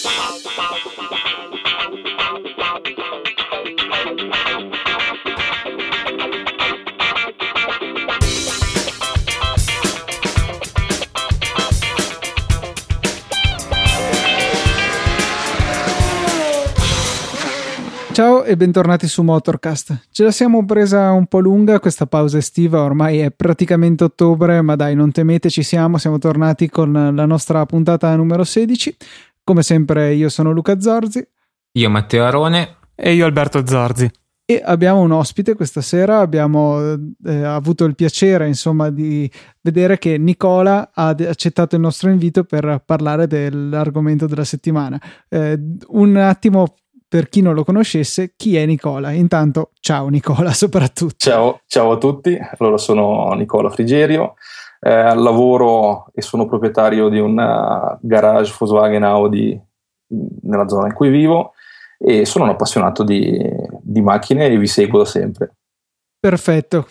Ciao e bentornati su Motorcast. Ce la siamo presa un po' lunga questa pausa estiva, ormai è praticamente ottobre, ma dai, non temete, siamo tornati con la nostra puntata numero 16. Come sempre io sono Luca Zorzi. Io Matteo Arone. E io Alberto Zorzi. E abbiamo un ospite questa sera, abbiamo avuto il piacere insomma di vedere che Nicola ha accettato il nostro invito per parlare dell'argomento della settimana. Un attimo, per chi non lo conoscesse, chi è Nicola? Intanto, ciao Nicola, soprattutto. Ciao a tutti, allora sono Nicola Frigerio, lavoro e sono proprietario di un garage Volkswagen Audi nella zona in cui vivo e sono un appassionato di macchine e vi seguo da sempre. Perfetto,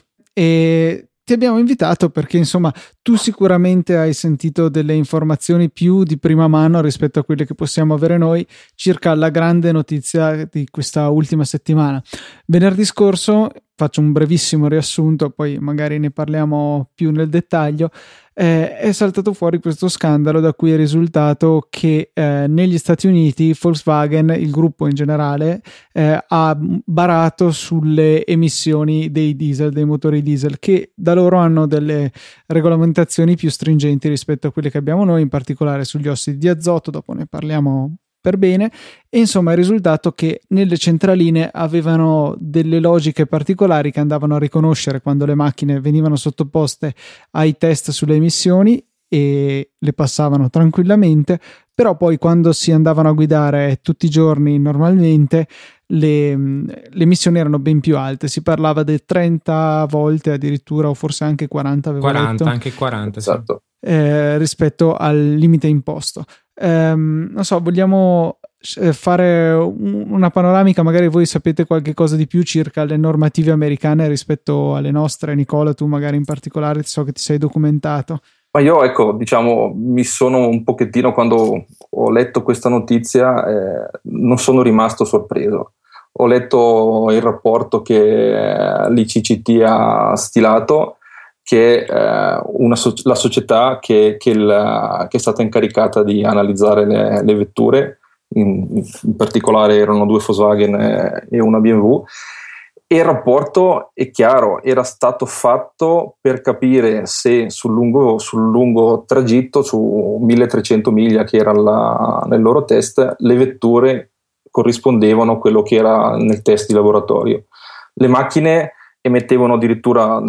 e ti abbiamo invitato perché insomma tu sicuramente hai sentito delle informazioni più di prima mano rispetto a quelle che possiamo avere noi circa la grande notizia di questa ultima settimana. Venerdì scorso, faccio un brevissimo riassunto, poi magari ne parliamo più nel dettaglio, è saltato fuori questo scandalo da cui è risultato che negli Stati Uniti Volkswagen, il gruppo in generale, ha barato sulle emissioni dei diesel, dei motori diesel, che da loro hanno delle regolamentazioni più stringenti rispetto a quelle che abbiamo noi, in particolare sugli ossidi di azoto, dopo ne parliamo per bene. E insomma il risultato che nelle centraline avevano delle logiche particolari che andavano a riconoscere quando le macchine venivano sottoposte ai test sulle emissioni e le passavano tranquillamente, però poi quando si andavano a guidare tutti i giorni normalmente le emissioni erano ben più alte, si parlava di 30 volte addirittura, o forse anche 40, avevo 40, letto. Anche 40, esatto. Rispetto al limite imposto. Non so, vogliamo fare una panoramica, magari voi sapete qualche cosa di più circa le normative americane rispetto alle nostre. Nicola, tu magari in particolare so che ti sei documentato. Ma io mi sono un pochettino, quando ho letto questa notizia, non sono rimasto sorpreso. Ho letto il rapporto che l'ICCT ha stilato, che è la società che è stata incaricata di analizzare le vetture, in particolare erano 2 Volkswagen e una BMW, e il rapporto è chiaro, era stato fatto per capire se sul lungo tragitto, su 1300 miglia che era nel loro test, le vetture corrispondevano a quello che era nel test di laboratorio. Le macchine emettevano addirittura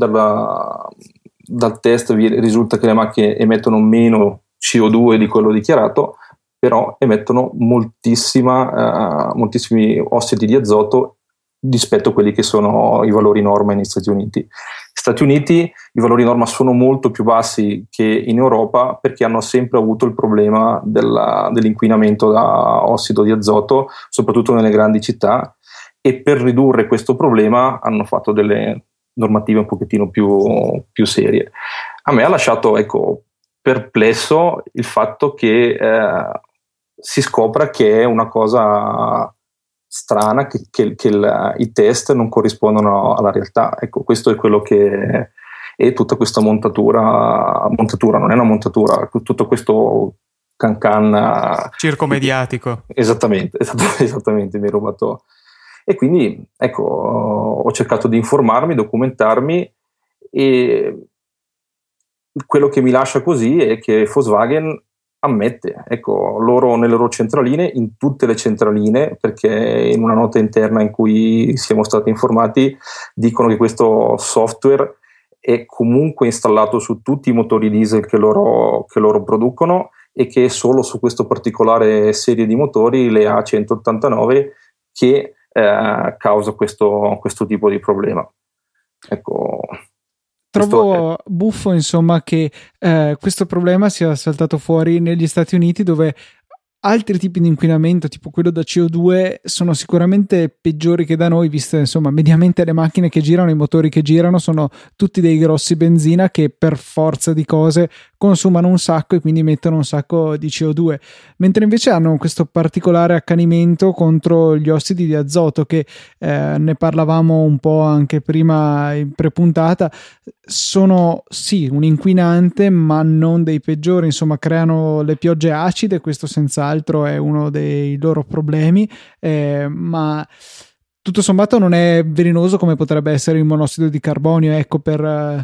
dal test risulta che le macchine emettono meno CO2 di quello dichiarato, però emettono moltissimi ossidi di azoto rispetto a quelli che sono i valori norma negli Stati Uniti. Negli Stati Uniti i valori norma sono molto più bassi che in Europa, perché hanno sempre avuto il problema dell'inquinamento da ossido di azoto, soprattutto nelle grandi città, e per ridurre questo problema hanno fatto delle normative un pochettino più serie. A me ha lasciato perplesso il fatto che si scopra che è una cosa strana, che i test non corrispondono alla realtà. Questo è quello che è tutta questa montatura, non è una montatura, tutto questo can circo mediatico. Esattamente, mi hai rubato. E quindi ho cercato di informarmi, documentarmi, e quello che mi lascia così è che Volkswagen ammette, loro nelle loro centraline, in tutte le centraline, perché in una nota interna in cui siamo stati informati dicono che questo software è comunque installato su tutti i motori diesel che loro producono, e che solo su questa particolare serie di motori, le A189, che causa questo tipo di problema. Trovo buffo insomma che questo problema sia saltato fuori negli Stati Uniti, dove altri tipi di inquinamento, tipo quello da CO2, sono sicuramente peggiori che da noi, viste insomma mediamente le macchine che girano, i motori che girano sono tutti dei grossi benzina che per forza di cose consumano un sacco e quindi emettono un sacco di CO2, mentre invece hanno questo particolare accanimento contro gli ossidi di azoto che ne parlavamo un po' anche prima in prepuntata. Sono sì un inquinante ma non dei peggiori, insomma creano le piogge acide, questo senz'altro è uno dei loro problemi, ma tutto sommato non è velenoso come potrebbe essere il monossido di carbonio, ecco, per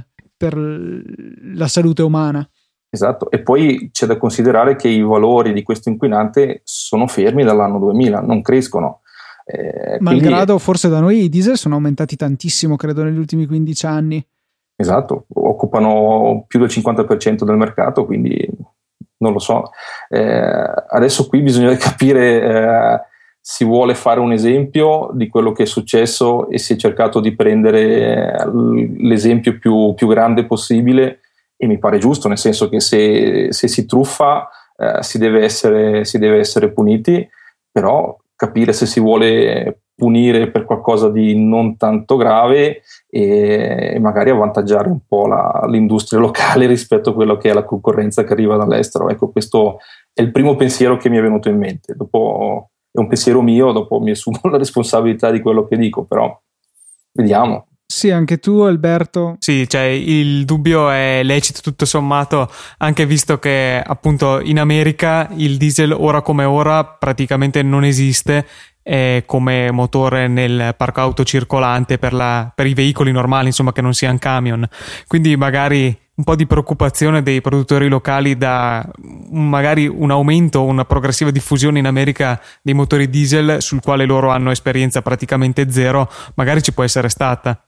la salute umana. Esatto, e poi c'è da considerare che i valori di questo inquinante sono fermi dall'anno 2000, non crescono. Malgrado quindi, forse da noi i diesel sono aumentati tantissimo, credo, negli ultimi 15 anni. esatto, occupano più del 50% del mercato, quindi non lo so. Adesso qui bisogna capire, si vuole fare un esempio di quello che è successo e si è cercato di prendere l'esempio più grande possibile, e mi pare giusto, nel senso che se si truffa si deve essere puniti, però capire se si vuole punire per qualcosa di non tanto grave e magari avvantaggiare un po' l'industria locale rispetto a quello che è la concorrenza che arriva dall'estero. Ecco, questo è il primo pensiero che mi è venuto in mente. Dopo è un pensiero mio, dopo mi assumo la responsabilità di quello che dico, però vediamo. Sì, anche tu, Alberto. Sì, cioè il dubbio è lecito tutto sommato, anche visto che appunto in America il diesel ora come ora praticamente non esiste come motore nel parco auto circolante per i veicoli normali, insomma, che non siano camion. Quindi magari un po' di preoccupazione dei produttori locali da magari un aumento, una progressiva diffusione in America dei motori diesel, sul quale loro hanno esperienza praticamente zero, magari ci può essere stata.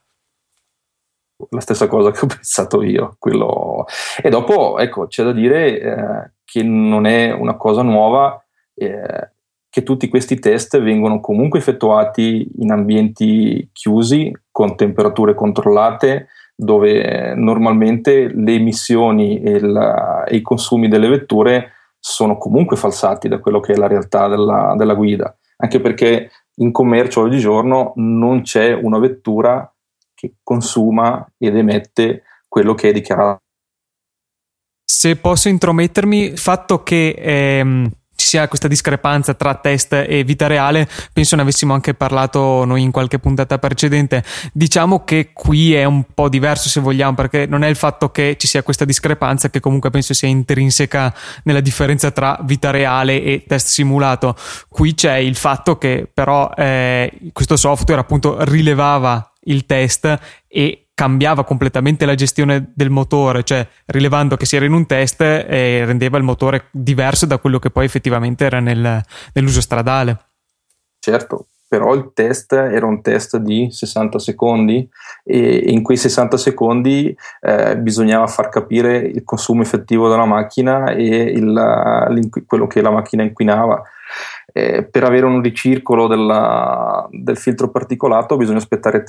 La stessa cosa che ho pensato io, quello. E dopo, ecco, c'è da dire che non è una cosa nuova, che tutti questi test vengono comunque effettuati in ambienti chiusi, con temperature controllate, dove normalmente le emissioni e i consumi delle vetture sono comunque falsati da quello che è la realtà della guida, anche perché in commercio oggigiorno non c'è una vettura che consuma ed emette quello che è dichiarato. Se posso intromettermi, il fatto che ci sia questa discrepanza tra test e vita reale, penso ne avessimo anche parlato noi in qualche puntata precedente. Diciamo che qui è un po' diverso, se vogliamo, perché non è il fatto che ci sia questa discrepanza, che comunque penso sia intrinseca nella differenza tra vita reale e test simulato. Qui c'è il fatto che però questo software appunto rilevava il test e cambiava completamente la gestione del motore, cioè rilevando che si era in un test rendeva il motore diverso da quello che poi effettivamente era nell'uso stradale. Certo, però il test era un test di 60 secondi e in quei 60 secondi bisognava far capire il consumo effettivo della macchina e quello che la macchina inquinava. Per avere un ricircolo del filtro particolato bisogna aspettare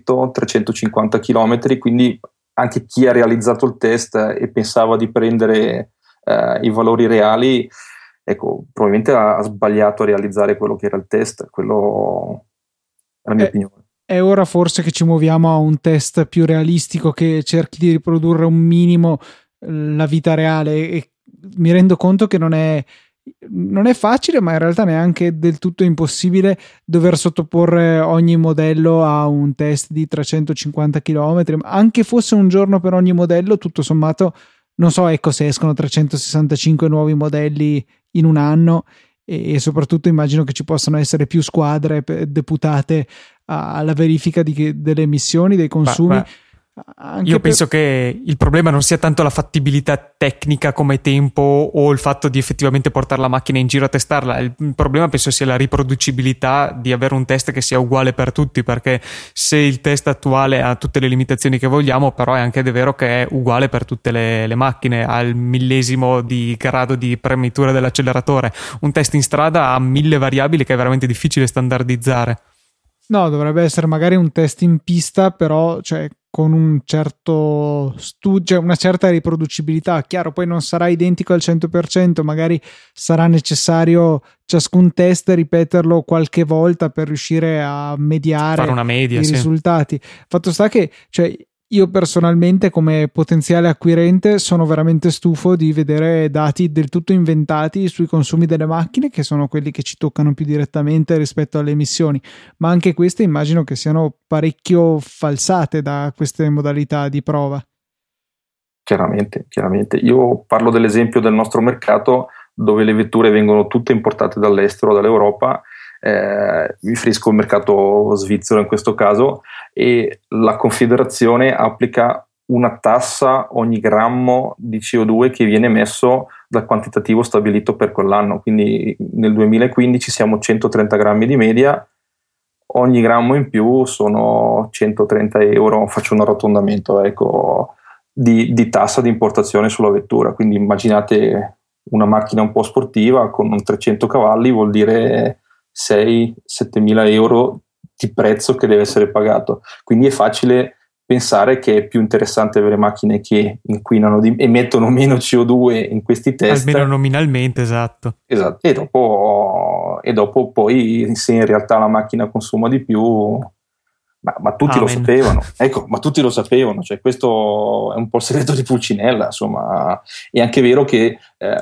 300-350 km, quindi anche chi ha realizzato il test e pensava di prendere i valori reali, ecco, probabilmente ha sbagliato a realizzare quello che era il test. Quello è la mia opinione. È ora forse che ci muoviamo a un test più realistico che cerchi di riprodurre un minimo la vita reale, e mi rendo conto che non è facile, ma in realtà neanche del tutto impossibile dover sottoporre ogni modello a un test di 350 km, anche fosse un giorno per ogni modello. Tutto sommato non so, ecco, se escono 365 nuovi modelli in un anno, e soprattutto immagino che ci possano essere più squadre deputate alla verifica delle emissioni, dei consumi. Io penso che il problema non sia tanto la fattibilità tecnica come tempo o il fatto di effettivamente portare la macchina in giro a testarla. Il problema penso sia la riproducibilità, di avere un test che sia uguale per tutti, perché se il test attuale ha tutte le limitazioni che vogliamo, però è anche vero che è uguale per tutte le macchine, al millesimo di grado di premitura dell'acceleratore. Un test in strada ha 1000 variabili che è veramente difficile standardizzare. No, dovrebbe essere magari un test in pista, però cioè con un certo studio, cioè una certa riproducibilità. Chiaro, poi non sarà identico al 100%, magari sarà necessario ciascun test ripeterlo qualche volta per riuscire a mediare, fare una media, i risultati. Fatto sta che, cioè, io personalmente come potenziale acquirente sono veramente stufo di vedere dati del tutto inventati sui consumi delle macchine, che sono quelli che ci toccano più direttamente rispetto alle emissioni, ma anche queste immagino che siano parecchio falsate da queste modalità di prova. Chiaramente. Io parlo dell'esempio del nostro mercato, dove le vetture vengono tutte importate dall'estero, dall'Europa. Mi riferisco al mercato svizzero in questo caso, e la Confederazione applica una tassa ogni grammo di CO2 che viene emesso dal quantitativo stabilito per quell'anno. Quindi nel 2015 siamo 130 grammi di media, ogni grammo in più sono 130 euro, faccio un arrotondamento, ecco, di tassa di importazione sulla vettura. Quindi immaginate una macchina un po' sportiva con un 300 cavalli, vuol dire 6-7 mila euro di prezzo che deve essere pagato. Quindi è facile pensare che è più interessante avere macchine che inquinano, emettono meno CO2 in questi test, almeno nominalmente. Esatto. E dopo poi, se in realtà la macchina consuma di più, ma tutti lo sapevano, ecco, ma tutti lo sapevano, cioè questo è un po' il segreto di Pulcinella, insomma. È anche vero che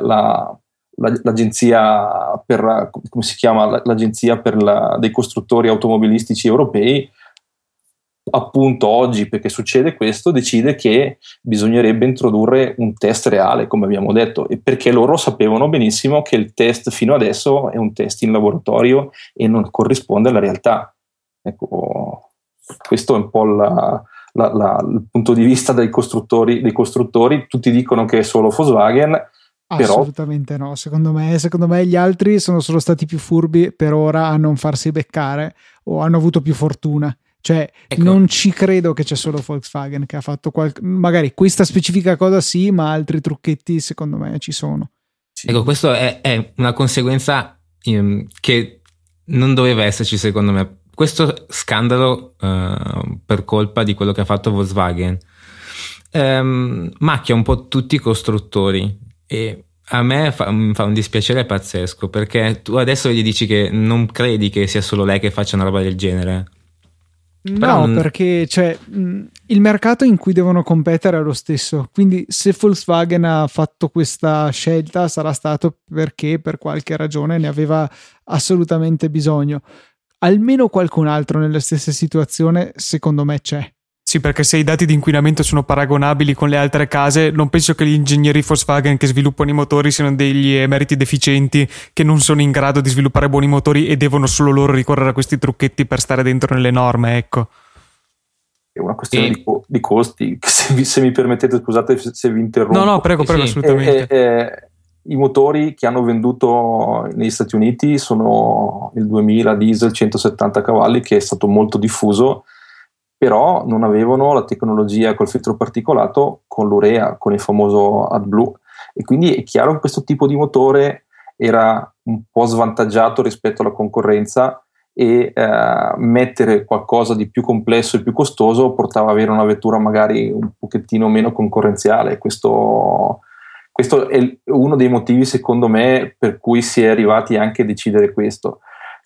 l'agenzia per, come si chiama, l'agenzia dei costruttori automobilistici europei, appunto oggi, perché succede questo, decide che bisognerebbe introdurre un test reale, come abbiamo detto, e perché loro sapevano benissimo che il test fino adesso è un test in laboratorio e non corrisponde alla realtà. Ecco, questo è un po' il punto di vista dei costruttori. Tutti dicono che è solo Volkswagen. Assolutamente no, secondo me gli altri sono solo stati più furbi per ora a non farsi beccare, o hanno avuto più fortuna. Cioè, ecco, non ci credo che c'è solo Volkswagen che ha fatto magari questa specifica cosa, sì, ma altri trucchetti secondo me ci sono. Ecco, questo è una conseguenza che non doveva esserci, secondo me. Questo scandalo per colpa di quello che ha fatto Volkswagen macchia un po' tutti i costruttori, e a me fa un dispiacere pazzesco, perché tu adesso gli dici che non credi che sia solo lei che faccia una roba del genere. No, perché cioè, il mercato in cui devono competere è lo stesso, quindi se Volkswagen ha fatto questa scelta sarà stato perché per qualche ragione ne aveva assolutamente bisogno. Almeno qualcun altro nella stessa situazione secondo me c'è. Sì, perché se i dati di inquinamento sono paragonabili con le altre case, non penso che gli ingegneri Volkswagen che sviluppano i motori siano degli emeriti deficienti che non sono in grado di sviluppare buoni motori e devono solo loro ricorrere a questi trucchetti per stare dentro nelle norme, ecco. È una questione di costi. Se mi permettete, scusate se vi interrompo. No, prego, sì. Assolutamente. I motori che hanno venduto negli Stati Uniti sono il 2000 diesel 170 cavalli, che è stato molto diffuso, però non avevano la tecnologia col filtro particolato con l'urea, con il famoso AdBlue, e quindi è chiaro che questo tipo di motore era un po' svantaggiato rispetto alla concorrenza, e mettere qualcosa di più complesso e più costoso portava ad avere una vettura magari un pochettino meno concorrenziale. Questo è uno dei motivi, secondo me, per cui si è arrivati anche a decidere questo.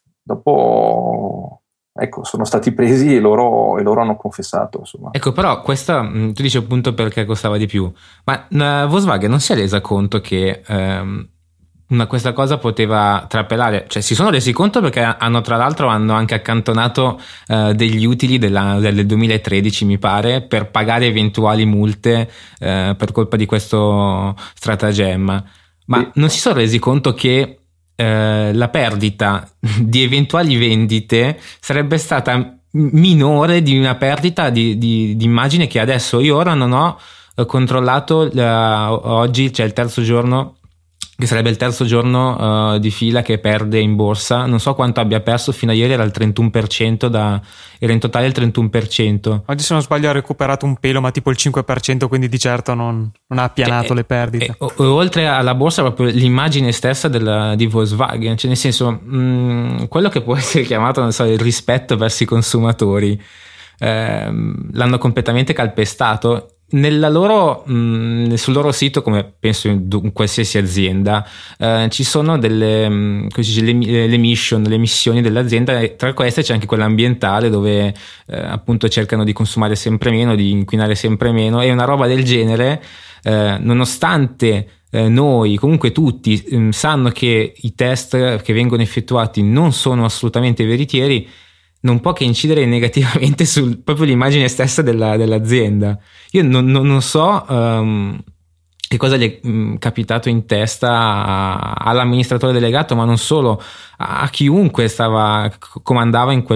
Dopo, ecco, sono stati presi e loro hanno confessato, insomma. Ecco, però questa, tu dici appunto perché costava di più, ma Volkswagen non si è resa conto che questa cosa poteva trapelare, cioè si sono resi conto perché tra l'altro hanno anche accantonato degli utili del 2013, mi pare, per pagare eventuali multe per colpa di questo stratagemma, ma sì. Non si sono resi conto che la perdita di eventuali vendite sarebbe stata minore di una perdita di immagine che adesso io ora non ho controllato. Oggi c'è il terzo giorno, che sarebbe il terzo giorno di fila che perde in borsa. Non so quanto abbia perso, fino a ieri era il 31%, era in totale il 31%. Oggi, se non sbaglio, ha recuperato un pelo, ma tipo il 5%, quindi di certo non ha appianato le perdite. Oltre alla borsa, proprio l'immagine stessa di Volkswagen, cioè nel senso, quello che può essere chiamato, non so, il rispetto verso i consumatori, l'hanno completamente calpestato. sul loro sito, come penso in qualsiasi azienda, ci sono delle le mission, le missioni dell'azienda, e tra queste c'è anche quella ambientale, dove appunto cercano di consumare sempre meno, di inquinare sempre meno, e una roba del genere, nonostante noi, comunque tutti, sanno che i test che vengono effettuati non sono assolutamente veritieri, non può che incidere negativamente proprio l'immagine stessa dell'azienda. Io non so che cosa gli è capitato in testa all'amministratore delegato, ma non solo, a chiunque comandava in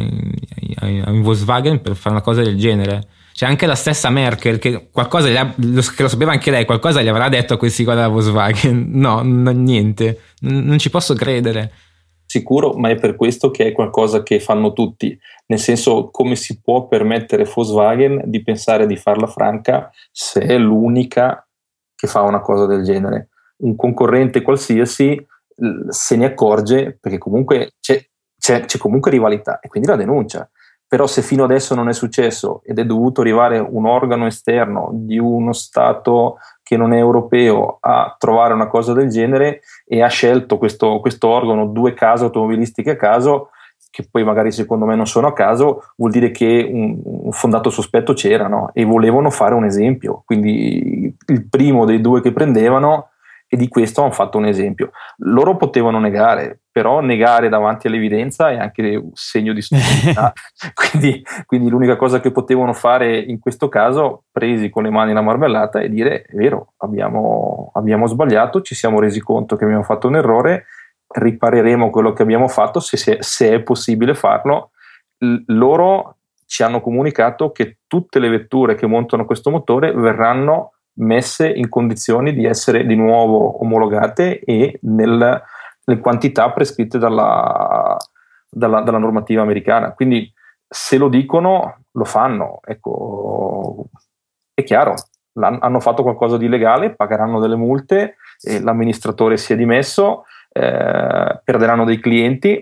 Volkswagen per fare una cosa del genere. Cioè anche la stessa Merkel, che qualcosa che lo sapeva anche lei, qualcosa gli avrà detto a questi qua della Volkswagen. No, niente, non ci posso credere. Sicuro, ma è per questo che è qualcosa che fanno tutti, nel senso, come si può permettere Volkswagen di pensare di farla franca se è l'unica che fa una cosa del genere? Un concorrente qualsiasi se ne accorge, perché comunque c'è comunque rivalità, e quindi la denuncia. Però se fino adesso non è successo ed è dovuto arrivare un organo esterno di uno Stato che non è europeo a trovare una cosa del genere, e ha scelto questo organo 2 case automobilistiche a caso, che poi magari secondo me non sono a caso, vuol dire che un fondato sospetto c'era, no? E volevano fare un esempio, quindi il primo dei 2 che prendevano, e di questo hanno fatto un esempio. Loro potevano negare, però negare davanti all'evidenza è anche un segno di stupidità. quindi l'unica cosa che potevano fare in questo caso, presi con le mani nella marmellata, è dire: è vero, abbiamo sbagliato, ci siamo resi conto che abbiamo fatto un errore, ripareremo quello che abbiamo fatto se è possibile farlo. Loro ci hanno comunicato che tutte le vetture che montano questo motore verranno messe in condizioni di essere di nuovo omologate e nelle quantità prescritte dalla normativa americana. Quindi se lo dicono, lo fanno. Ecco, è chiaro, hanno fatto qualcosa di illegale, pagheranno delle multe, l'amministratore si è dimesso, perderanno dei clienti,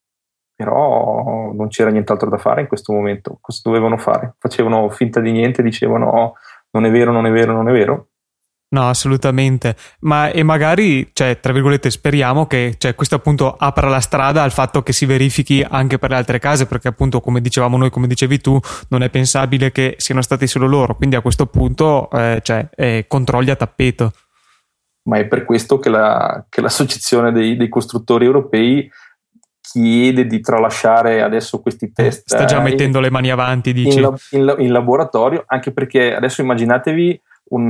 però non c'era nient'altro da fare in questo momento. Cosa dovevano fare? Facevano finta di niente, dicevano non è vero, non è vero, non è vero. No, assolutamente. E magari, cioè, tra virgolette, speriamo che questo appunto apra la strada al fatto che si verifichi anche per le altre case, perché appunto, come dicevamo noi, come dicevi tu, non è pensabile che siano stati solo loro, quindi a questo punto controlli a tappeto. Ma è per questo che l'associazione dei costruttori europei chiede di tralasciare adesso questi test. Sta già mettendo le mani avanti, dici? In laboratorio, anche perché adesso immaginatevi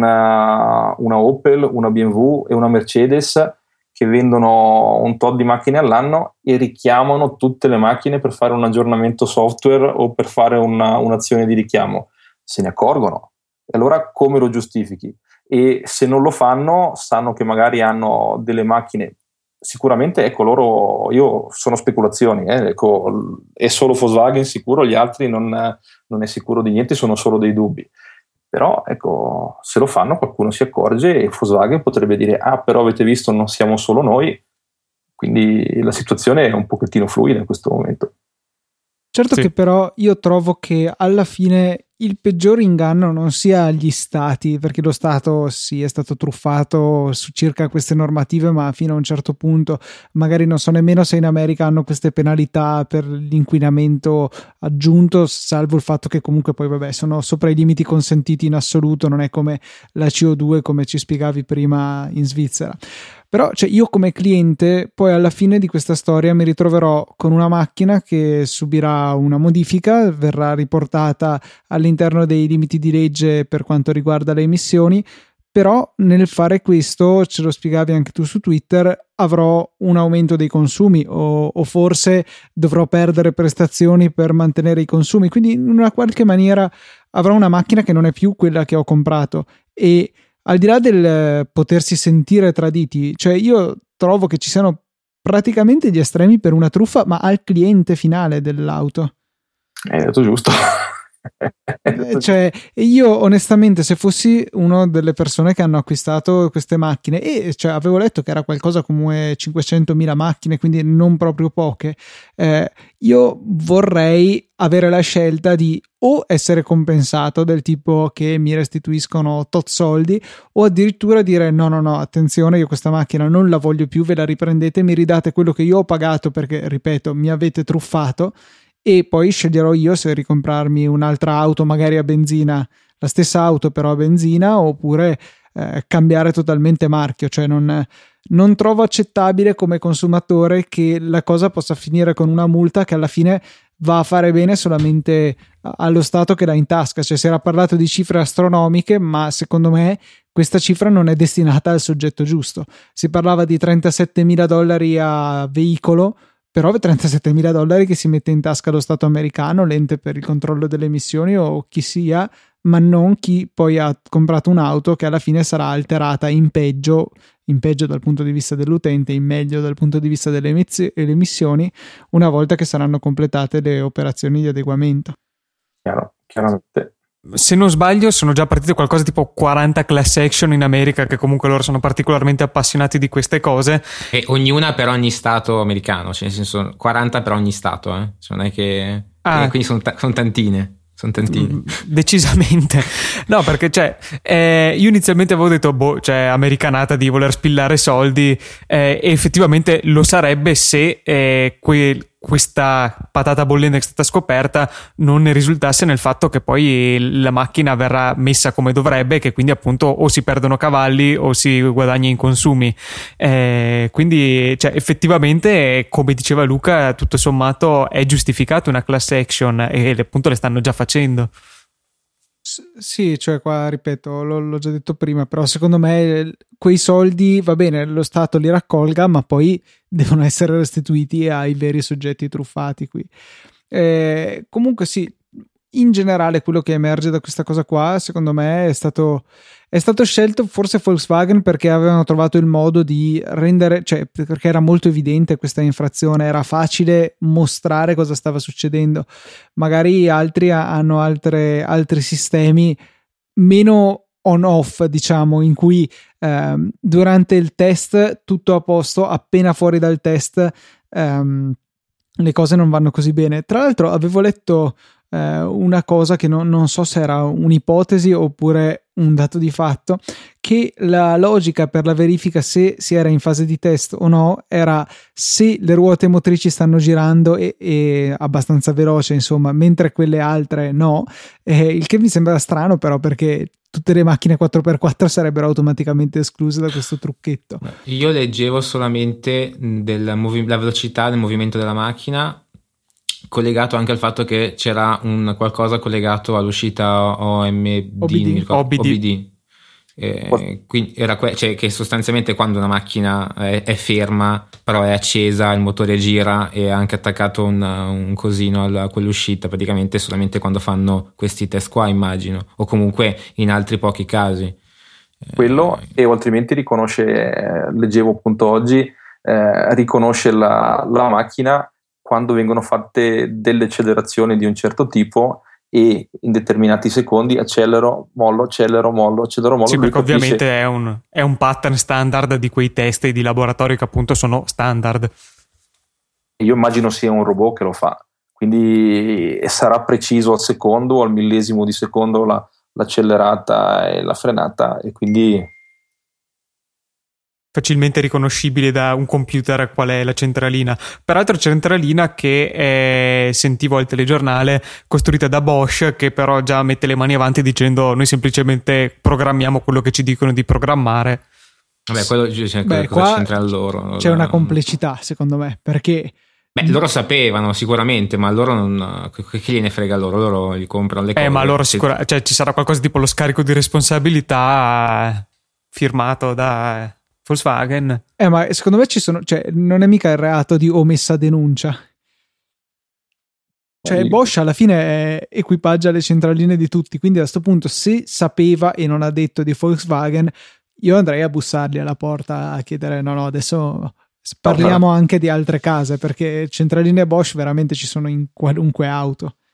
una Opel, una BMW e una Mercedes che vendono un tot di macchine all'anno e richiamano tutte le macchine per fare un aggiornamento software o per fare un'azione di richiamo. Se ne accorgono. E allora come lo giustifichi? E se non lo fanno, sanno che magari hanno delle macchine. Sicuramente, ecco, loro, io sono speculazioni, ecco, è solo Volkswagen sicuro, gli altri non è sicuro di niente, sono solo dei dubbi. Però ecco, se lo fanno qualcuno si accorge e Volkswagen potrebbe dire: ah, però avete visto, non siamo solo noi. Quindi la situazione è un pochettino fluida in questo momento. Certo, sì. Che però io trovo che alla fine il peggior inganno non sia gli stati, perché lo Stato sì è stato truffato su circa queste normative, ma fino a un certo punto. Magari non so nemmeno se in America hanno queste penalità per l'inquinamento aggiunto, salvo il fatto che comunque poi sono sopra i limiti consentiti in assoluto, non è come la CO2 come ci spiegavi prima in Svizzera. Però io come cliente poi alla fine di questa storia mi ritroverò con una macchina che subirà una modifica, verrà riportata all'interno dei limiti di legge per quanto riguarda le emissioni, però nel fare questo, ce lo spiegavi anche tu su Twitter, avrò un aumento dei consumi o forse dovrò perdere prestazioni per mantenere i consumi, quindi in una qualche maniera avrò una macchina che non è più quella che ho comprato. E al di là del potersi sentire traditi, io trovo che ci siano praticamente gli estremi per una truffa, ma al cliente finale dell'auto. Hai detto giusto. Cioè, io onestamente, se fossi una delle persone che hanno acquistato queste macchine, e cioè, avevo letto che era qualcosa come 500.000 macchine, quindi non proprio poche, io vorrei avere la scelta di o essere compensato, del tipo che mi restituiscono tot soldi, o addirittura dire no, attenzione, io questa macchina non la voglio più, ve la riprendete, mi ridate quello che io ho pagato perché, ripeto, mi avete truffato, e poi sceglierò io se ricomprarmi un'altra auto magari a benzina, la stessa auto però a benzina, oppure cambiare totalmente marchio. Cioè non trovo accettabile come consumatore che la cosa possa finire con una multa che alla fine va a fare bene solamente allo Stato che l'ha in tasca. Cioè, si era parlato di cifre astronomiche, ma secondo me questa cifra non è destinata al soggetto giusto. Si parlava di $37.000 a veicolo, però $37.000 che si mette in tasca lo Stato americano, l'ente per il controllo delle emissioni o chi sia, ma non chi poi ha comprato un'auto che alla fine sarà alterata in peggio dal punto di vista dell'utente, in meglio dal punto di vista delle emissioni, una volta che saranno completate le operazioni di adeguamento. Chiaramente. Se non sbaglio sono già partite qualcosa tipo 40 class action in America, che comunque loro sono particolarmente appassionati di queste cose, e ognuna per ogni stato americano, cioè nel senso 40 per ogni stato, cioè non è che quindi sono tantine. Sono tantini. Decisamente. No, perché io inizialmente avevo detto americanata di voler spillare soldi, e effettivamente lo sarebbe se questa patata bollente che è stata scoperta non ne risultasse nel fatto che poi la macchina verrà messa come dovrebbe, che quindi appunto o si perdono cavalli o si guadagna in consumi, quindi effettivamente, come diceva Luca, tutto sommato è giustificato una class action, e appunto le stanno già facendo. Sì, cioè qua ripeto, l'ho già detto prima, però secondo me quei soldi, va bene, lo Stato li raccolga, ma poi devono essere restituiti ai veri soggetti truffati qui. Comunque sì, in generale quello che emerge da questa cosa qua, secondo me è stato scelto forse Volkswagen perché avevano trovato il modo di rendere, cioè perché era molto evidente questa infrazione, era facile mostrare cosa stava succedendo. Magari altri hanno altri sistemi meno on-off, diciamo, in cui durante il test tutto a posto, appena fuori dal test le cose non vanno così bene. Tra l'altro avevo letto una cosa che non so se era un'ipotesi oppure un dato di fatto, che la logica per la verifica se si era in fase di test o no era se le ruote motrici stanno girando e abbastanza veloce, insomma, mentre quelle altre no, il che mi sembra strano però, perché tutte le macchine 4x4 sarebbero automaticamente escluse da questo trucchetto. Io leggevo solamente la velocità del movimento della macchina, collegato anche al fatto che c'era un qualcosa collegato all'uscita OBD. Quindi era cioè che sostanzialmente quando una macchina è ferma però è accesa, il motore gira e ha anche attaccato un cosino a quell'uscita, praticamente solamente quando fanno questi test qua, immagino, o comunque in altri pochi casi quello, e altrimenti riconosce, leggevo appunto oggi, riconosce la macchina quando vengono fatte delle accelerazioni di un certo tipo e in determinati secondi accelero, mollo. Sì, perché ovviamente è un pattern standard di quei test di laboratorio che appunto sono standard. Io immagino sia un robot che lo fa, quindi sarà preciso al secondo o al millesimo di secondo l'accelerata e la frenata, e quindi facilmente riconoscibile da un computer qual è la centralina. Peraltro centralina che sentivo al telegiornale costruita da Bosch, che però già mette le mani avanti dicendo noi semplicemente programmiamo quello che ci dicono di programmare. Vabbè, quello cosa c'entra loro? C'è una complicità secondo me, perché loro sapevano sicuramente, ma loro non, che gliene frega loro gli comprano le cose. Ma loro cioè ci sarà qualcosa tipo lo scarico di responsabilità firmato da Volkswagen. Ma secondo me non è mica il reato di omessa denuncia. Cioè Bosch alla fine equipaggia le centraline di tutti, quindi a questo punto se sapeva e non ha detto di Volkswagen, io andrei a bussargli alla porta a chiedere no adesso parliamo anche di altre case, perché centraline Bosch veramente ci sono in qualunque auto.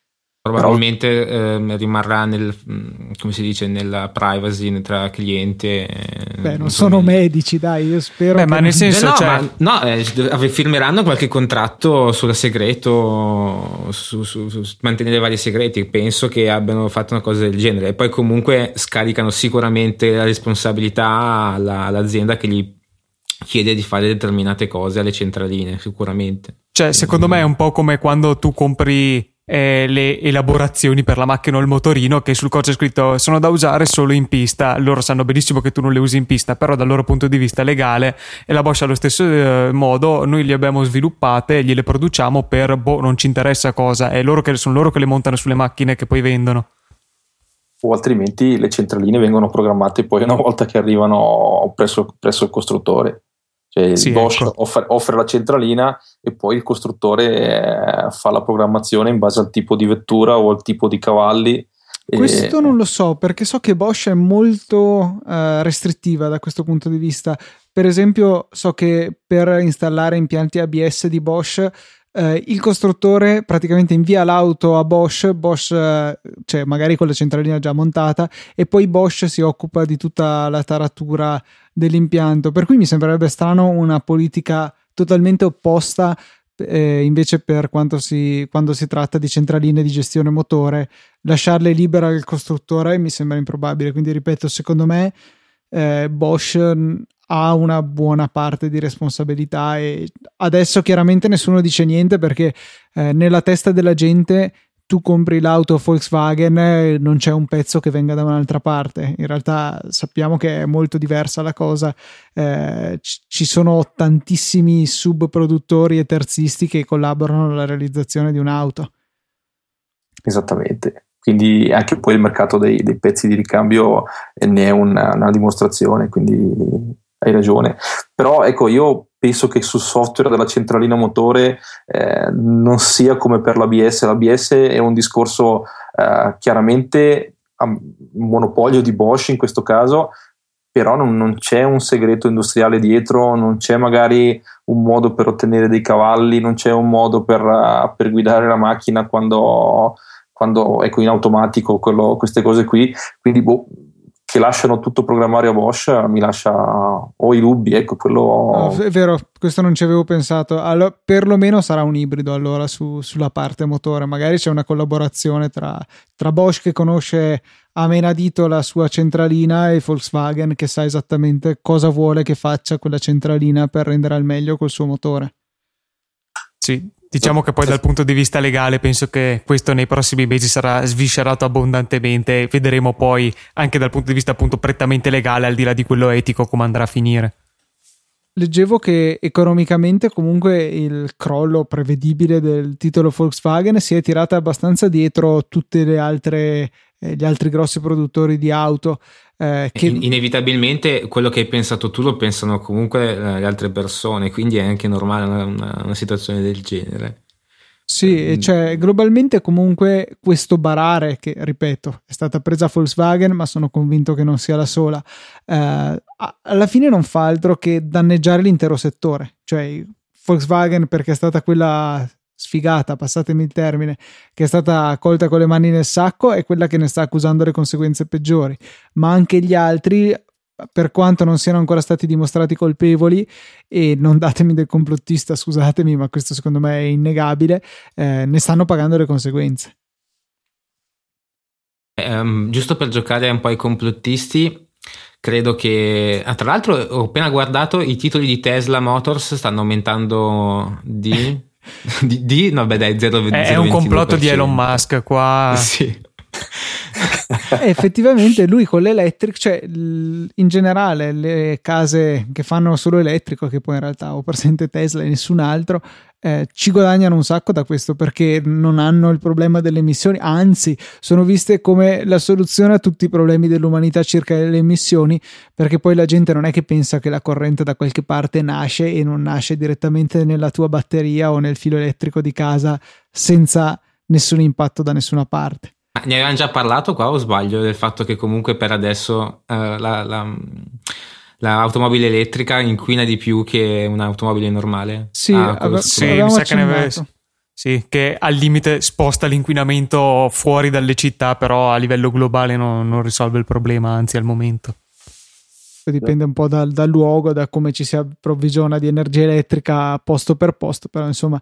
Probabilmente rimarrà come si dice, nella privacy tra cliente. Non sono medici, dai, io spero. Ma nel senso, firmeranno qualche contratto sul segreto, su mantenere vari segreti. Penso che abbiano fatto una cosa del genere. E poi comunque scaricano sicuramente la responsabilità all'azienda che gli chiede di fare determinate cose alle centraline, sicuramente. Cioè, secondo me è un po' come quando tu compri le elaborazioni per la macchina o il motorino, che sul codice è scritto sono da usare solo in pista. Loro sanno benissimo che tu non le usi in pista, però dal loro punto di vista legale, e la Bosch allo stesso modo, noi le abbiamo sviluppate e gliele produciamo per non ci interessa cosa, sono loro che le montano sulle macchine che poi vendono. O altrimenti le centraline vengono programmate poi una volta che arrivano presso il costruttore. Cioè il Bosch, ecco, offre la centralina e poi il costruttore fa la programmazione in base al tipo di vettura o al tipo di cavalli. Questo non lo so, perché so che Bosch è molto restrittiva da questo punto di vista. Per esempio, so che per installare impianti ABS di Bosch il costruttore praticamente invia l'auto a Bosch, cioè magari con la centralina già montata, e poi Bosch si occupa di tutta la taratura dell'impianto, per cui mi sembrerebbe strano una politica totalmente opposta invece per quando si tratta di centraline di gestione motore, lasciarle libere al costruttore mi sembra improbabile. Quindi ripeto, secondo me Bosch ha una buona parte di responsabilità, e adesso chiaramente nessuno dice niente perché nella testa della gente tu compri l'auto Volkswagen, non c'è un pezzo che venga da un'altra parte. In realtà sappiamo che è molto diversa la cosa, ci sono tantissimi subproduttori e terzisti che collaborano alla realizzazione di un'auto. Esattamente, quindi anche poi il mercato dei pezzi di ricambio ne è una dimostrazione, quindi hai ragione. Però ecco, io penso che sul software della centralina motore non sia come per l'ABS. L'ABS è un discorso chiaramente un monopolio di Bosch in questo caso, però non c'è un segreto industriale dietro, non c'è magari un modo per ottenere dei cavalli, non c'è un modo per guidare la macchina quando ecco, in automatico, queste cose qui. Quindi che lasciano tutto programmare a Bosch mi lascia i dubbi, ecco, quello. No, è vero, questo non ci avevo pensato. Allora, perlomeno sarà un ibrido allora sulla parte motore, magari c'è una collaborazione tra Bosch, che conosce a menadito la sua centralina, e Volkswagen che sa esattamente cosa vuole che faccia quella centralina per rendere al meglio col suo motore. Sì, diciamo che poi dal punto di vista legale penso che questo nei prossimi mesi sarà sviscerato abbondantemente, e vedremo poi anche dal punto di vista appunto prettamente legale, al di là di quello etico, come andrà a finire. Leggevo che economicamente comunque il crollo prevedibile del titolo Volkswagen si è tirata abbastanza dietro tutte le altre gli altri grossi produttori di auto, che inevitabilmente quello che hai pensato tu lo pensano comunque le altre persone, quindi è anche normale una situazione del genere. Sì, cioè globalmente comunque questo barare, che ripeto è stata presa Volkswagen, ma sono convinto che non sia la sola, alla fine non fa altro che danneggiare l'intero settore. Cioè Volkswagen, perché è stata quella sfigata, passatemi il termine, che è stata colta con le mani nel sacco, è quella che ne sta accusando le conseguenze peggiori, ma anche gli altri, per quanto non siano ancora stati dimostrati colpevoli, e non datemi del complottista, scusatemi, ma questo secondo me è innegabile, ne stanno pagando le conseguenze. Giusto per giocare un po' ai complottisti, credo che tra l'altro ho appena guardato, i titoli di Tesla Motors stanno aumentando di vabbè dai, 0,22%. È un complotto di Elon Musk qua. Sì. Effettivamente lui con l'elettrico, cioè in generale le case che fanno solo elettrico, che poi in realtà ho presente Tesla e nessun altro, ci guadagnano un sacco da questo, perché non hanno il problema delle emissioni, anzi sono viste come la soluzione a tutti i problemi dell'umanità circa le emissioni, perché poi la gente non è che pensa che la corrente da qualche parte nasce, e non nasce direttamente nella tua batteria o nel filo elettrico di casa senza nessun impatto da nessuna parte. Ne avevamo già parlato qua, o sbaglio, del fatto che comunque per adesso l'automobile elettrica inquina di più che un'automobile normale? Sì, mi sa che ne avevo Sì, che al limite sposta l'inquinamento fuori dalle città, però a livello globale non risolve il problema, anzi al momento. Dipende un po' dal luogo, da come ci si approvvigiona di energia elettrica posto per posto, però insomma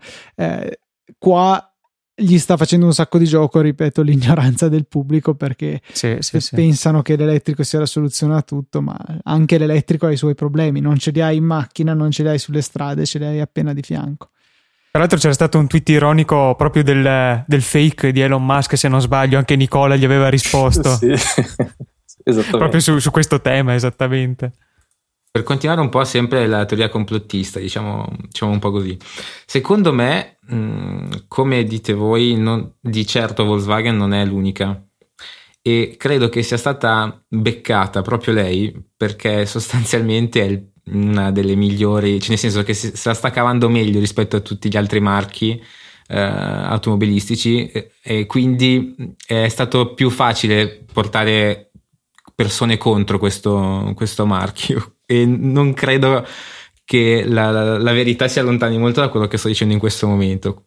qua gli sta facendo un sacco di gioco, ripeto, l'ignoranza del pubblico, perché sì. pensano che l'elettrico sia la soluzione a tutto, ma anche l'elettrico ha i suoi problemi, non ce li hai in macchina, non ce li hai sulle strade, ce li hai appena di fianco. Tra l'altro c'era stato un tweet ironico proprio del fake di Elon Musk, se non sbaglio, anche Nicola gli aveva risposto. Sì, esattamente. Proprio su questo tema, esattamente. Per continuare un po' sempre la teoria complottista, diciamo un po' così. Secondo me, come dite voi, di certo Volkswagen non è l'unica. E credo che sia stata beccata proprio lei, perché sostanzialmente è una delle migliori, cioè nel senso che se la sta cavando meglio rispetto a tutti gli altri marchi automobilistici, e quindi è stato più facile portare persone contro questo marchio, e non credo che la verità si allontani molto da quello che sto dicendo in questo momento.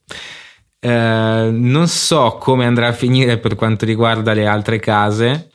Non so come andrà a finire per quanto riguarda le altre case,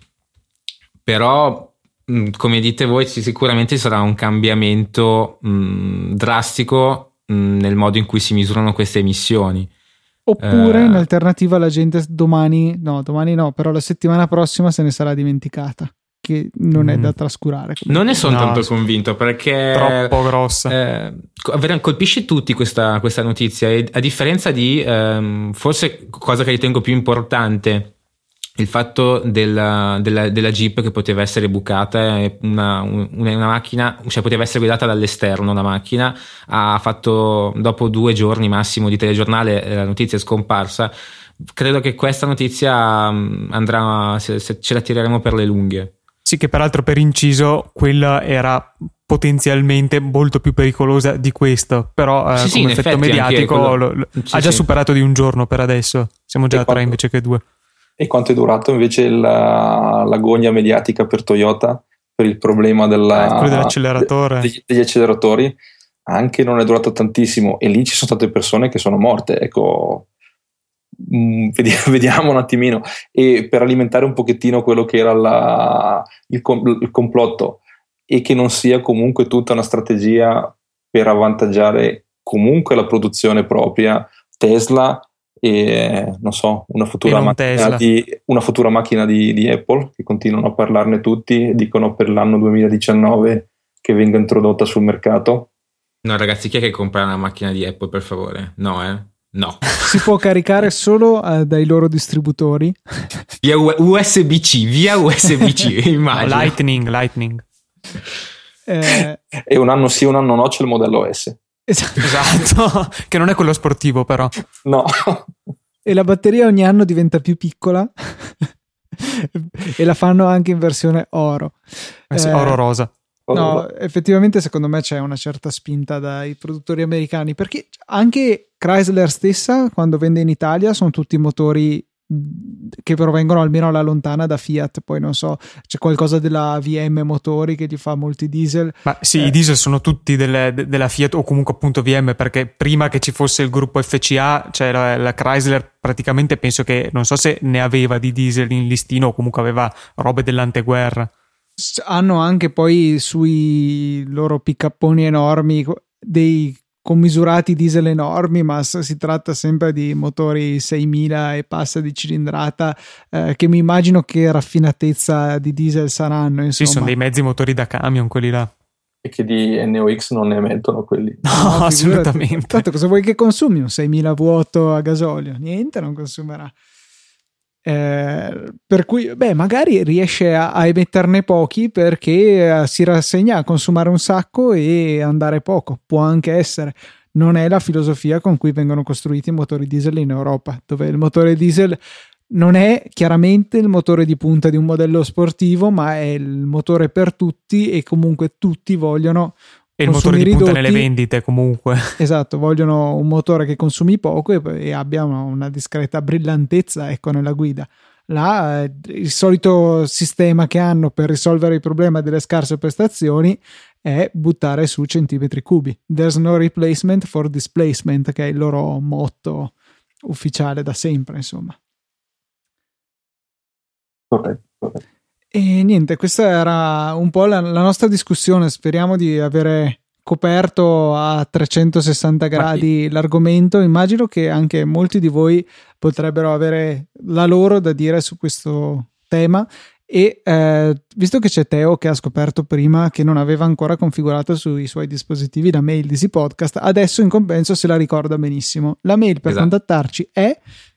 però come dite voi sicuramente ci sarà un cambiamento drastico nel modo in cui si misurano queste emissioni. Oppure in alternativa la gente domani no, però la settimana prossima se ne sarà dimenticata, che non è da trascurare. Non ne sono tanto convinto, perché troppo grossa. Colpisce tutti questa notizia, e a differenza di forse cosa che ritengo più importante, il fatto della Jeep che poteva essere bucata, una macchina, cioè poteva essere guidata dall'esterno una macchina, ha fatto dopo 2 giorni massimo di telegiornale la notizia è scomparsa. Credo che questa notizia andrà, se ce la tireremo per le lunghe. Sì, che peraltro per inciso quella era potenzialmente molto più pericolosa di questo, però come effetto mediatico ha già superato di un giorno per adesso, siamo già a 3 invece che 2. E quanto è durato invece l'agonia mediatica per Toyota per il problema quello dell'acceleratore, degli acceleratori? Anche non è durato tantissimo, e lì ci sono state persone che sono morte, ecco. Vediamo un attimino, e per alimentare un pochettino quello che era il complotto, e che non sia comunque tutta una strategia per avvantaggiare comunque la produzione propria, Tesla e non so, una futura macchina di Apple, che continuano a parlarne tutti, dicono per l'anno 2019 che venga introdotta sul mercato. No ragazzi, chi è che compra una macchina di Apple, per favore? No. Si può caricare solo dai loro distributori via USB-C immagino. Lightning. E un anno sì, un anno no, c'è il modello S. Esatto. Che non è quello sportivo, però. No. E la batteria ogni anno diventa più piccola e la fanno anche in versione oro. Oro rosa. No, effettivamente secondo me c'è una certa spinta dai produttori americani, perché anche Chrysler stessa, quando vende in Italia, sono tutti motori che provengono almeno alla lontana da Fiat. Poi non so, c'è qualcosa della VM Motori che gli fa molti diesel. Ma sì, i diesel sono tutti della Fiat, o comunque appunto VM, perché prima che ci fosse il gruppo FCA, cioè la Chrysler praticamente penso che, non so se ne aveva di diesel in listino o comunque aveva robe dell'anteguerra. Hanno anche poi sui loro pick-uponi enormi dei commisurati diesel enormi, ma si tratta sempre di motori 6.000 e passa di cilindrata, che mi immagino che raffinatezza di diesel saranno, insomma. Sì, sono dei mezzi motori da camion quelli là. E che di NOx non ne emettono quelli. No, assolutamente. Tanto cosa vuoi che consumi? Un 6.000 vuoto a gasolio? Niente, non consumerà. Per cui magari riesce a emetterne pochi, perché si rassegna a consumare un sacco e andare poco. Può anche essere. Non è la filosofia con cui vengono costruiti i motori diesel in Europa, dove il motore diesel non è chiaramente il motore di punta di un modello sportivo, ma è il motore per tutti, e comunque tutti vogliono e il motore di punta nelle vendite, comunque. Esatto, vogliono un motore che consumi poco e abbia una discreta brillantezza, ecco, nella guida. Là il solito sistema che hanno per risolvere il problema delle scarse prestazioni è buttare su centimetri cubi. There's no replacement for displacement, che è il loro motto ufficiale da sempre, insomma. Corretto. E niente, questa era un po' la nostra discussione. Speriamo di avere coperto a 360 gradi l'argomento. Immagino che anche molti di voi potrebbero avere la loro da dire su questo tema. E visto che c'è Teo che ha scoperto prima che non aveva ancora configurato sui suoi dispositivi la mail di Easy Podcast, adesso in compenso se la ricorda benissimo. La mail per contattarci è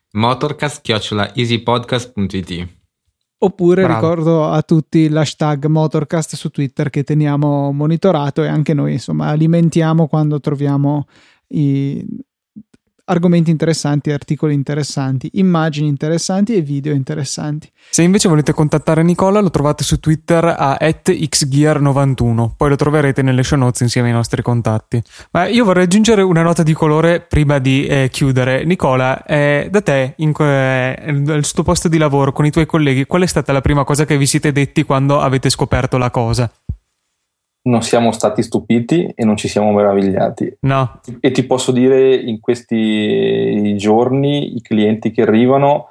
motorcast@easypodcast.it. Oppure ricordo a tutti l'hashtag Motorcast su Twitter che teniamo monitorato, e anche noi insomma alimentiamo quando troviamo i argomenti interessanti, articoli interessanti, immagini interessanti e video interessanti. Se invece volete contattare Nicola, lo trovate su Twitter a @xgear91, poi lo troverete nelle show notes insieme ai nostri contatti. Ma io vorrei aggiungere una nota di colore prima di chiudere. Nicola, da te, al tuo posto di lavoro con i tuoi colleghi, qual è stata la prima cosa che vi siete detti quando avete scoperto la cosa? Non siamo stati stupiti e non ci siamo meravigliati. No. E ti posso dire, in questi giorni, i clienti che arrivano,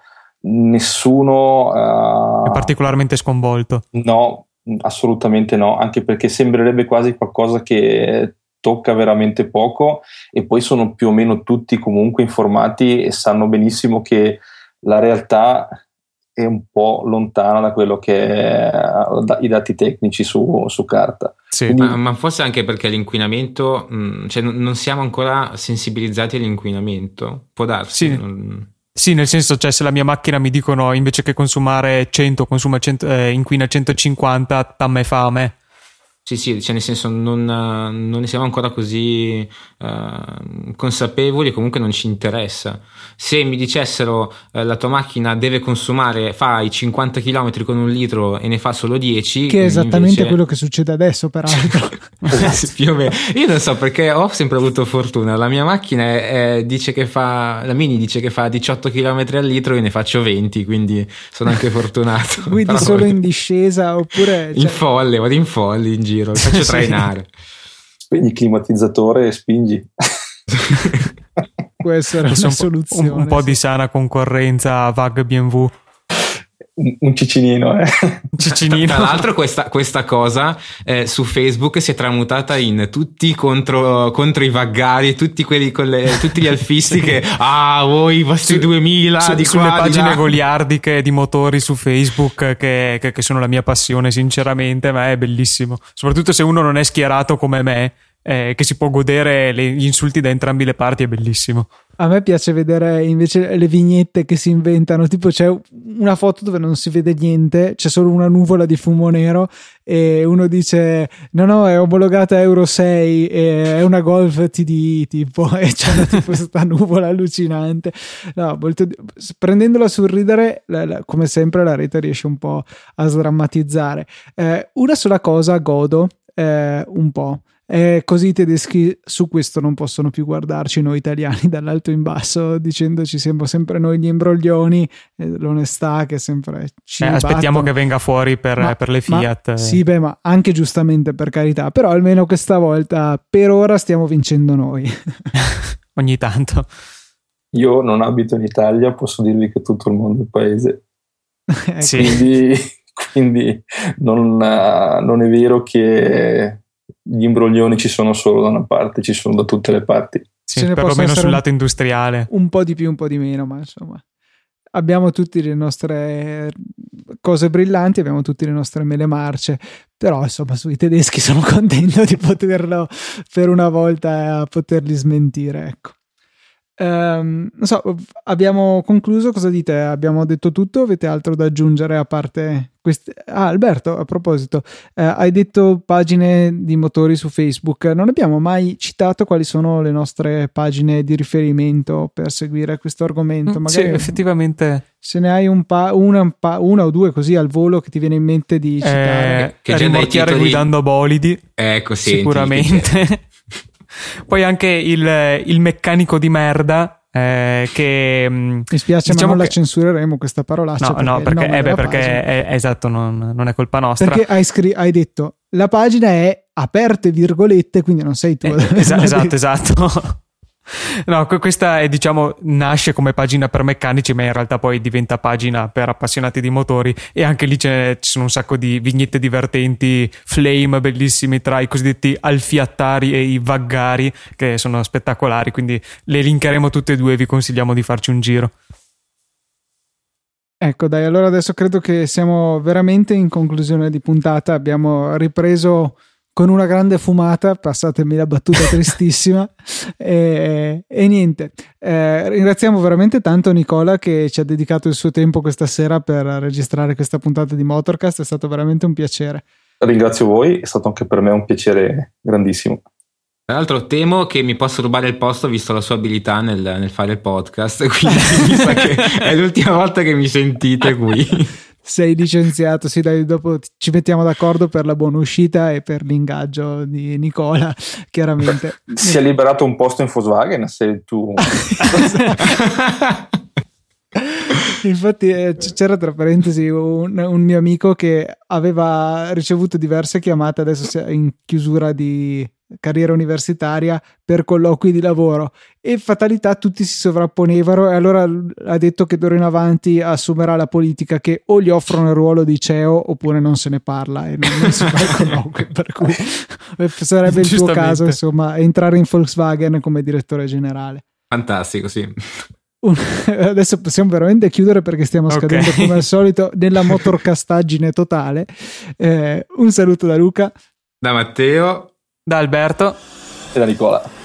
nessuno è particolarmente sconvolto. No, assolutamente no, anche perché sembrerebbe quasi qualcosa che tocca veramente poco, e poi sono più o meno tutti comunque informati e sanno benissimo che la realtà è un po' lontana da quello che è i dati tecnici su carta. Sì. Quindi, ma forse anche perché l'inquinamento, cioè non siamo ancora sensibilizzati all'inquinamento, può darsi. Sì, nel senso, cioè, se la mia macchina mi dicono invece che consumare 100 consuma 100, inquina 150, tamme fame. Sì, cioè nel senso non ne siamo ancora così consapevoli, e comunque non ci interessa. Se mi dicessero la tua macchina deve consumare, fa i 50 km con 1 litro e ne fa solo 10, che è esattamente quello che succede adesso, peraltro. Più o meno. Io non so, perché ho sempre avuto fortuna. La mia macchina dice che fa, la Mini dice che fa 18 km al litro e ne faccio 20, quindi sono anche fortunato. Guidi solo in discesa oppure vado in folle in giro, faccio trainare. Spegni il climatizzatore e spingi. Può essere una soluzione. Un po' di sana concorrenza a VAG BMW. Un cicinino, Tra l'altro questa cosa su Facebook si è tramutata in tutti contro i vaggari, tutti quelli tutti gli alfisti che voi i vostri 2000 di sulle qua, pagine goliardiche di motori su Facebook che sono la mia passione sinceramente, ma è bellissimo, soprattutto se uno non è schierato come me, che si può godere gli insulti da entrambi le parti, è bellissimo. A me piace vedere invece le vignette che si inventano, tipo c'è una foto dove non si vede niente, c'è solo una nuvola di fumo nero e uno dice no è omologata Euro 6 e è una Golf TDI tipo, e c'è tipo questa nuvola allucinante. No, prendendola sul ridere, come sempre la rete riesce un po' a sdrammatizzare. Una sola cosa godo un po'. Così i tedeschi su questo non possono più guardarci noi italiani dall'alto in basso dicendoci siamo sempre noi gli imbroglioni, l'onestà che sempre ci aspettiamo che venga fuori per le Fiat. Sì, ma anche giustamente, per carità, però almeno questa volta per ora stiamo vincendo noi. Ogni tanto. Io non abito in Italia, posso dirvi che tutto il mondo è paese. Sì. Quindi non è vero che gli imbroglioni ci sono solo da una parte, ci sono da tutte le parti. Sì, perlomeno sul lato industriale. Un po' di più, un po' di meno, ma insomma abbiamo tutte le nostre cose brillanti, abbiamo tutte le nostre mele marce, però insomma sui tedeschi sono contento di poterlo per una volta poterli smentire, ecco. Non so, abbiamo concluso, cosa dite? Abbiamo detto tutto? Avete altro da aggiungere a parte queste? Alberto, a proposito, hai detto pagine di motori su Facebook, non abbiamo mai citato quali sono le nostre pagine di riferimento per seguire questo argomento. Magari sì, effettivamente, se ne hai una o due così al volo che ti viene in mente di citare. Che rimorchiare guidando bolidi, ecco, sicuramente. Poi anche il meccanico di merda, che mi spiace, diciamo, ma non la censureremo questa parolaccia. Perché esatto, non è colpa nostra. Perché hai detto la pagina è aperte virgolette, quindi non sei tu. Esatto. No, questa è, diciamo, nasce come pagina per meccanici, ma in realtà poi diventa pagina per appassionati di motori, e anche lì ci sono un sacco di vignette divertenti, flame bellissimi tra i cosiddetti alfiattari e i vaggari, che sono spettacolari, quindi le linkeremo tutte e due e vi consigliamo di farci un giro. Ecco, dai, allora adesso credo che siamo veramente in conclusione di puntata. Abbiamo ripreso con una grande fumata, passatemi la battuta tristissima, e niente. Ringraziamo veramente tanto Nicola che ci ha dedicato il suo tempo questa sera per registrare questa puntata di Motorcast, è stato veramente un piacere. Ringrazio voi, è stato anche per me un piacere grandissimo. Tra l'altro temo che mi possa rubare il posto visto la sua abilità nel fare il podcast, quindi mi sa che è l'ultima volta che mi sentite qui. Sei licenziato, sì, dai, dopo ci mettiamo d'accordo per la buona uscita e per l'ingaggio di Nicola, chiaramente. Si è liberato un posto in Volkswagen, se tu... Infatti c'era, tra parentesi, un mio amico che aveva ricevuto diverse chiamate, adesso è in chiusura di carriera universitaria per colloqui di lavoro, e fatalità tutti si sovrapponevano, e allora ha detto che d'ora in avanti assumerà la politica che o gli offrono il ruolo di CEO oppure non se ne parla e non si fa il colloquio, per cui sarebbe il tuo caso, insomma, entrare in Volkswagen come direttore generale. Fantastico, sì. Adesso possiamo veramente chiudere perché stiamo scadendo come al solito nella motorcastaggine totale. Un saluto da Luca, da Matteo, da Alberto e da Nicola.